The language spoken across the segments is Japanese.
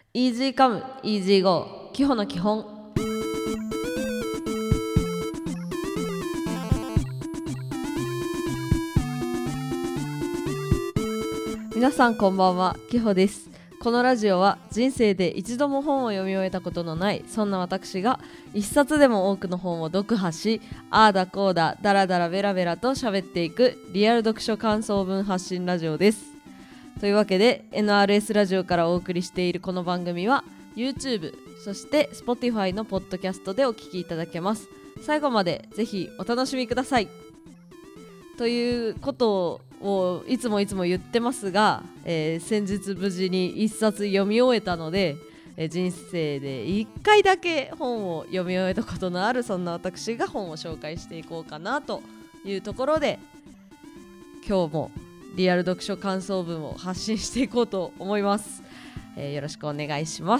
イージーカムイージーゴー、基本の基本。皆さんこんばんは、キホです。このラジオは人生で一度も本を読み終えたことのないそんな私が一冊でも多くの本を読破し、ああだこうだだらだらベラベラと喋っていくリアル読書感想文発信ラジオです。というわけで NRS ラジオからお送りしているこの番組は YouTube そして Spotify のポッドキャストでお聞きいただけます。最後までぜひお楽しみくださいということをいつも言ってますが、先日無事に一冊読み終えたので、人生で一回だけ本を読み終えたことのあるそんな私が本を紹介していこうかなというところで、今日もリアル読書感想文を発信していこうと思います。よろしくお願いします。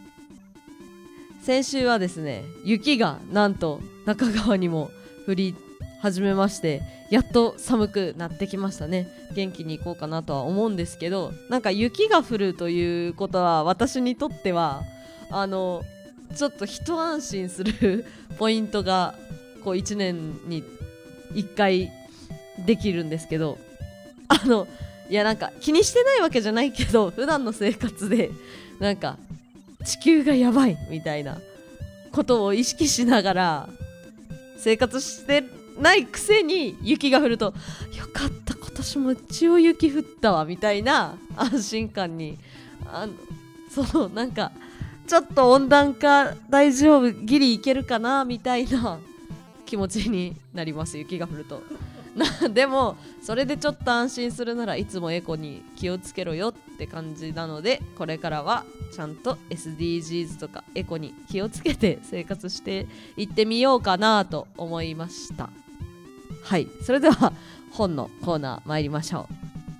先週はですね、雪がなんと中川にも降り始めまして、やっと寒くなってきましたね。元気に行こうかなとは思うんですけど、なんか雪が降るということは私にとってはちょっと一安心するポイントがこう1年に1回できるんですけど、いやなんか気にしてないわけじゃないけど、普段の生活でなんか地球がやばいみたいなことを意識しながら生活してないくせに雪が降ると、よかった今年も一応雪降ったわみたいな安心感にそうなんかちょっと温暖化大丈夫ギリいけるかなみたいな気持ちになります、雪が降ると。でもそれでちょっと安心するならいつもエコに気をつけろよって感じなので、これからはちゃんと SDGs とかエコに気をつけて生活していってみようかなと思いました。はい、それでは本のコーナー参りましょう。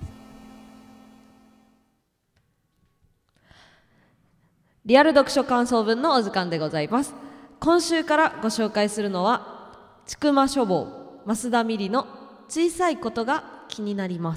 リアル読書感想文のお時間でございます。今週からご紹介するのは千曲書房増田美里の小さいことが気になります。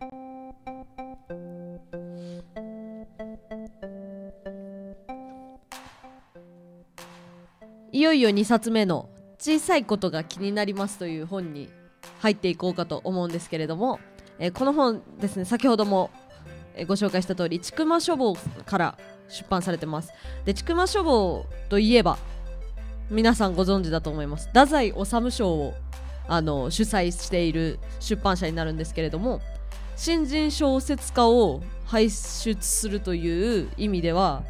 いよいよ2冊目の小さいことが気になりますという本に入っていこうかと思うんですけれども、この本ですね、先ほどもご紹介した通り千曲書房から出版されてます。で、千曲書房といえば皆さんご存知だと思います、太宰治賞を主催している出版社になるんですけれども、新人小説家を輩出するという意味では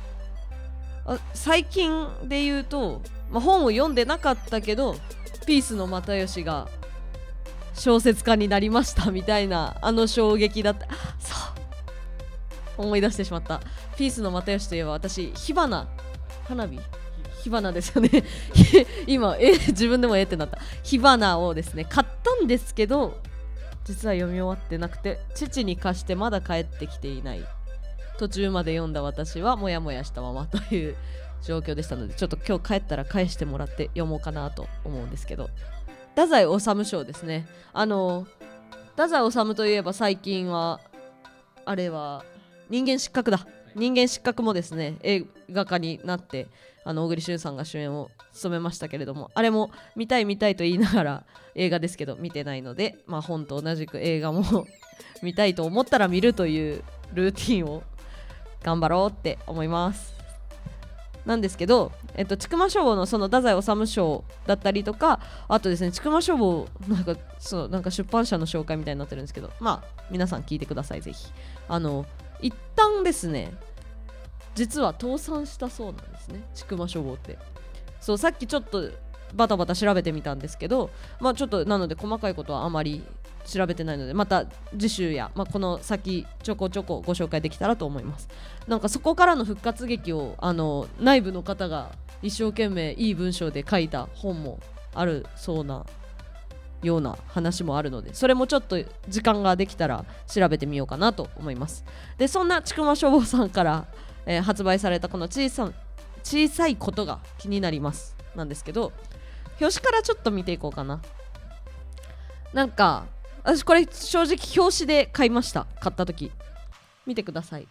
最近で言うと、本を読んでなかったけどピースの又吉が小説家になりましたみたいな衝撃だった。そう思い出してしまった。ピースの又吉といえば私花火ですよね今自分でもってなった。火花をですね買ったんですけど、実は読み終わってなくて、父に貸してまだ帰ってきていない、途中まで読んだ私はモヤモヤしたままという状況でしたので、ちょっと今日帰ったら返してもらって読もうかなと思うんですけど、太宰治賞ですね。太宰治といえば最近はあれは人間失格だ。人間失格もですね映画化になって小栗旬さんが主演を務めましたけれども、あれも見たいと言いながら映画ですけど見てないので、本と同じく映画も見たいと思ったら見るというルーティンを頑張ろうって思いますなんですけど、千曲書房のその太宰治賞だったりとか、あとですね千曲書房なんか出版社の紹介みたいになってるんですけど、皆さん聞いてくださいぜひ。一旦ですね実は倒産したそうなんですね、千曲書房って。そう、さっきちょっとバタバタ調べてみたんですけど、ちょっとなので細かいことはあまり調べてないので、また次週や、この先ちょこちょこご紹介できたらと思います。なんかそこからの復活劇を内部の方が一生懸命いい文章で書いた本もあるそうなような話もあるので、それもちょっと時間ができたら調べてみようかなと思います。で、そんな千曲書房さんから、発売されたこの小さいことが気になりますなんですけど、表紙からちょっと見ていこうかな。なんか私これ正直表紙で買いました。買った時見てください。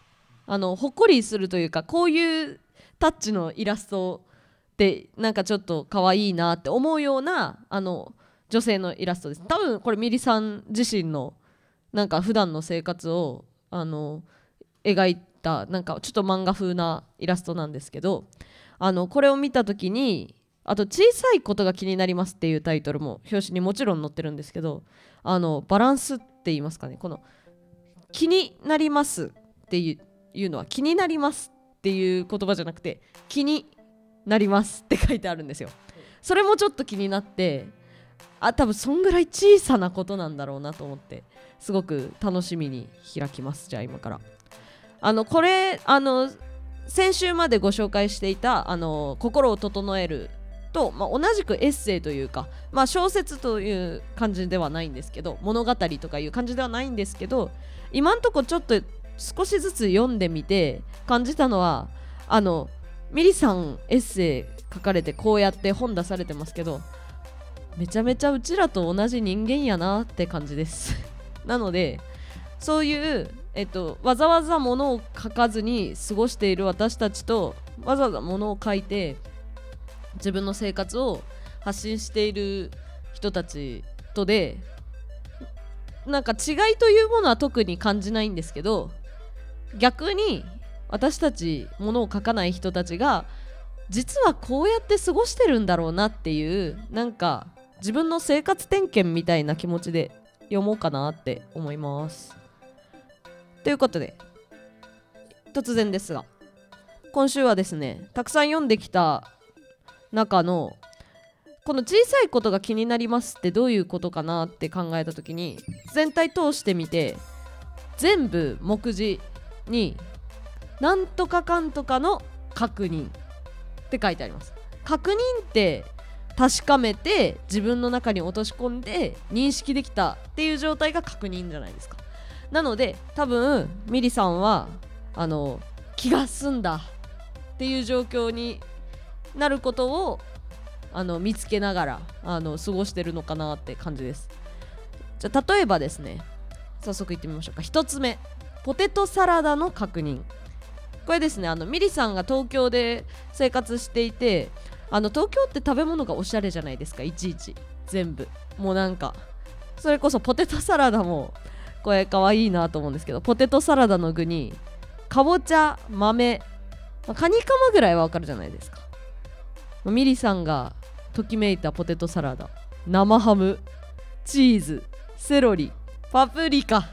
ほっこりするというか、こういうタッチのイラストでなんかちょっと可愛いなって思うような女性のイラストです。多分これミリさん自身のなんか普段の生活を描いたなんかちょっと漫画風なイラストなんですけど、これを見た時に、あと小さいことが気になりますっていうタイトルも表紙にもちろん載ってるんですけど、バランスって言いますかね、この気になりますっていうのは気になりますっていう言葉じゃなくて気になりますって書いてあるんですよ。それもちょっと気になって、多分そんぐらい小さなことなんだろうなと思って、すごく楽しみに開きます。じゃあ今からこれ先週までご紹介していた心を整えると、同じくエッセイというか、小説という感じではないんですけど、物語とかいう感じではないんですけど、今んとこちょっと少しずつ読んでみて感じたのは、ミリさんエッセイ書かれてこうやって本出されてますけど、めちゃめちゃうちらと同じ人間やなって感じですなのでそういう、わざわざ物を書かずに過ごしている私たちと、わざわざ物を書いて自分の生活を発信している人たちとで、なんか違いというものは特に感じないんですけど、逆に私たち物を書かない人たちが実はこうやって過ごしてるんだろうなっていう、なんか自分の生活点検みたいな気持ちで読もうかなって思います。ということで突然ですが、今週はですね、たくさん読んできた中のこの小さいことが気になりますってどういうことかなって考えた時に、全体通してみて全部目次になんとかかんとかの確認って書いてあります。確認って確かめて自分の中に落とし込んで認識できたっていう状態が確認じゃないですか。なので多分ミリさんは気が済んだっていう状況になることを見つけながら過ごしてるのかなって感じです。じゃあ例えばですね、早速いってみましょうか。1つ目、ポテトサラダの確認。これですね、ミリさんが東京で生活していて、東京って食べ物がおしゃれじゃないですか。いちいち全部もうなんか、それこそポテトサラダもこれ可愛いなと思うんですけど、ポテトサラダの具にかぼちゃ、豆、カニカマぐらいはわかるじゃないですか。ミリさんがときめいたポテトサラダ、生ハム、チーズ、セロリ、パプリカ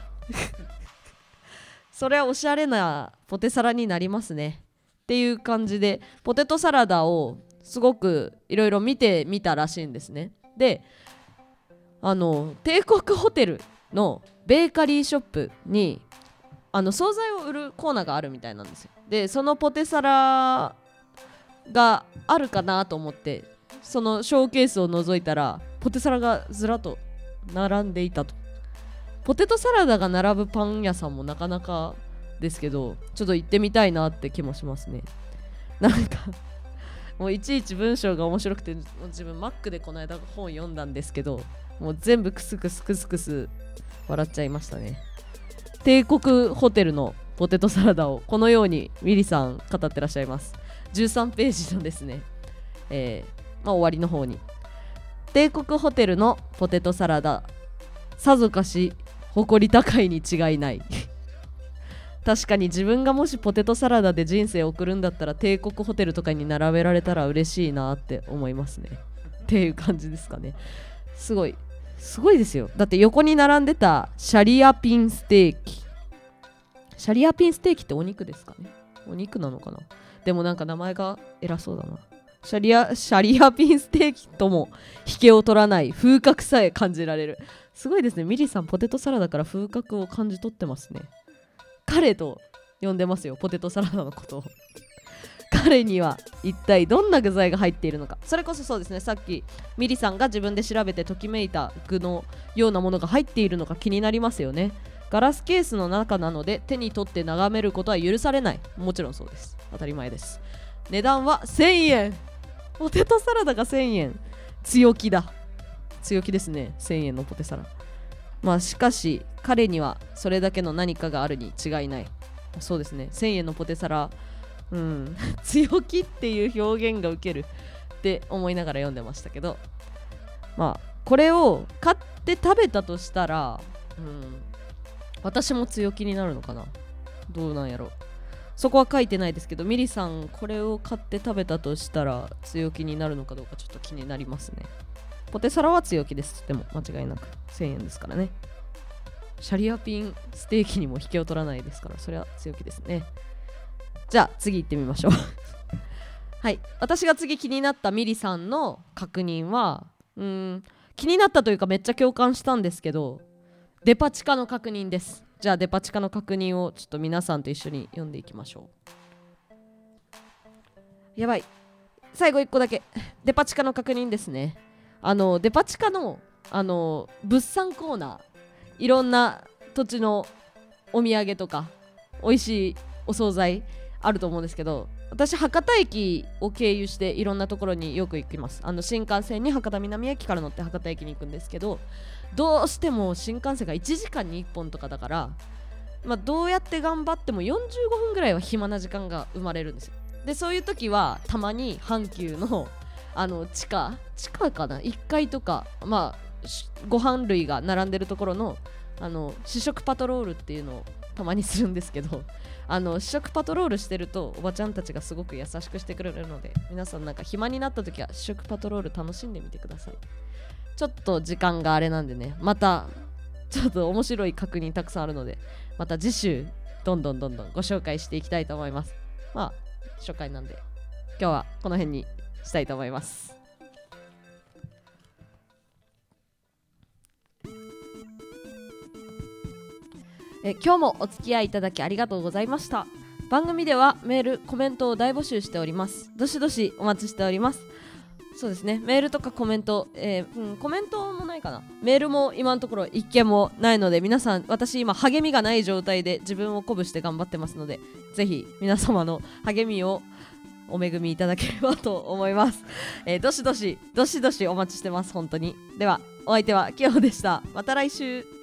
それはおしゃれなポテサラになりますねっていう感じで、ポテトサラダをすごくいろいろ見てみたらしいんですね。で帝国ホテルのベーカリーショップに惣菜を売るコーナーがあるみたいなんですよ。でそのポテサラがあるかなと思ってそのショーケースを覗いたら、ポテサラがずらっと並んでいたと。ポテトサラダが並ぶパン屋さんもなかなかですけど、ちょっと行ってみたいなって気もしますね。なんかもういちいち文章が面白くて、自分 Mac でこの間本読んだんですけど、もう全部クスクスクスクス笑っちゃいましたね。帝国ホテルのポテトサラダをこのようにミリさん語ってらっしゃいます。13ページのですね、終わりの方に、帝国ホテルのポテトサラダ、さぞかし誇り高いに違いない確かに自分がもしポテトサラダで人生を送るんだったら帝国ホテルとかに並べられたら嬉しいなって思いますねっていう感じですかね。すごいですよ。だって横に並んでたシャリアピンステーキ、シャリアピンステーキってお肉ですかね。お肉なのかな。でもなんか名前が偉そうだな。シャリアピンステーキとも引けを取らない風格さえ感じられる。すごいですね。ミリさんポテトサラダから風格を感じ取ってますね。彼と呼んでますよ、ポテトサラダのことを彼には一体どんな具材が入っているのか。それこそそうですね、さっきミリさんが自分で調べてときめいた具のようなものが入っているのか気になりますよね。ガラスケースの中なので手に取って眺めることは許されない。もちろんそうです。当たり前です。値段は1000円。ポテトサラダが1000円。強気ですね。1000円のポテサラ。しかし彼にはそれだけの何かがあるに違いない。 そうですね、1000円のポテサラ、強気っていう表現がウケるって思いながら読んでましたけど、まあこれを買って食べたとしたら、私も強気になるのかな、どうなんやろ。そこは書いてないですけど、ミリさんこれを買って食べたとしたら強気になるのかどうかちょっと気になりますね。ポテサラは強気です。でも間違いなく1000円ですからね。シャリアピンステーキにも引けを取らないですから、それは強気ですね。じゃあ次行ってみましょうはい、私が次気になったミリさんの確認は、気になったというかめっちゃ共感したんですけど、デパ地下の確認です。じゃあデパ地下の確認をちょっと皆さんと一緒に読んでいきましょう。やばい、最後1個だけデパ地下の確認ですね。デパ地下の物産コーナー、いろんな土地のお土産とか美味しいお惣菜あると思うんですけど、私博多駅を経由していろんなところによく行きます。新幹線に博多南駅から乗って博多駅に行くんですけど、どうしても新幹線が1時間に1本とかだから、どうやって頑張っても45分ぐらいは暇な時間が生まれるんですよ。でそういう時はたまに阪急の地下かな、1階とか、ご飯類が並んでるところの試食パトロールっていうのをたまにするんですけど、試食パトロールしてるとおばちゃんたちがすごく優しくしてくれるので、皆さんなんか暇になった時は試食パトロール楽しんでみてください。ちょっと時間があれなんでね、またちょっと面白い確認たくさんあるので、また次週どんどんご紹介していきたいと思います。初回なんで今日はこの辺にしたいと思います。今日もお付き合いいただきありがとうございました。番組ではメール、コメントを大募集しております。どしどしお待ちしております。そうですね、メールとかコメント、コメントもないかな、メールも今のところ一件もないので、皆さん、私今励みがない状態で自分を鼓舞して頑張ってますので、ぜひ皆様の励みをお恵みいただければと思います。どしどしお待ちしてます、本当に。ではお相手はキヨでした。また来週。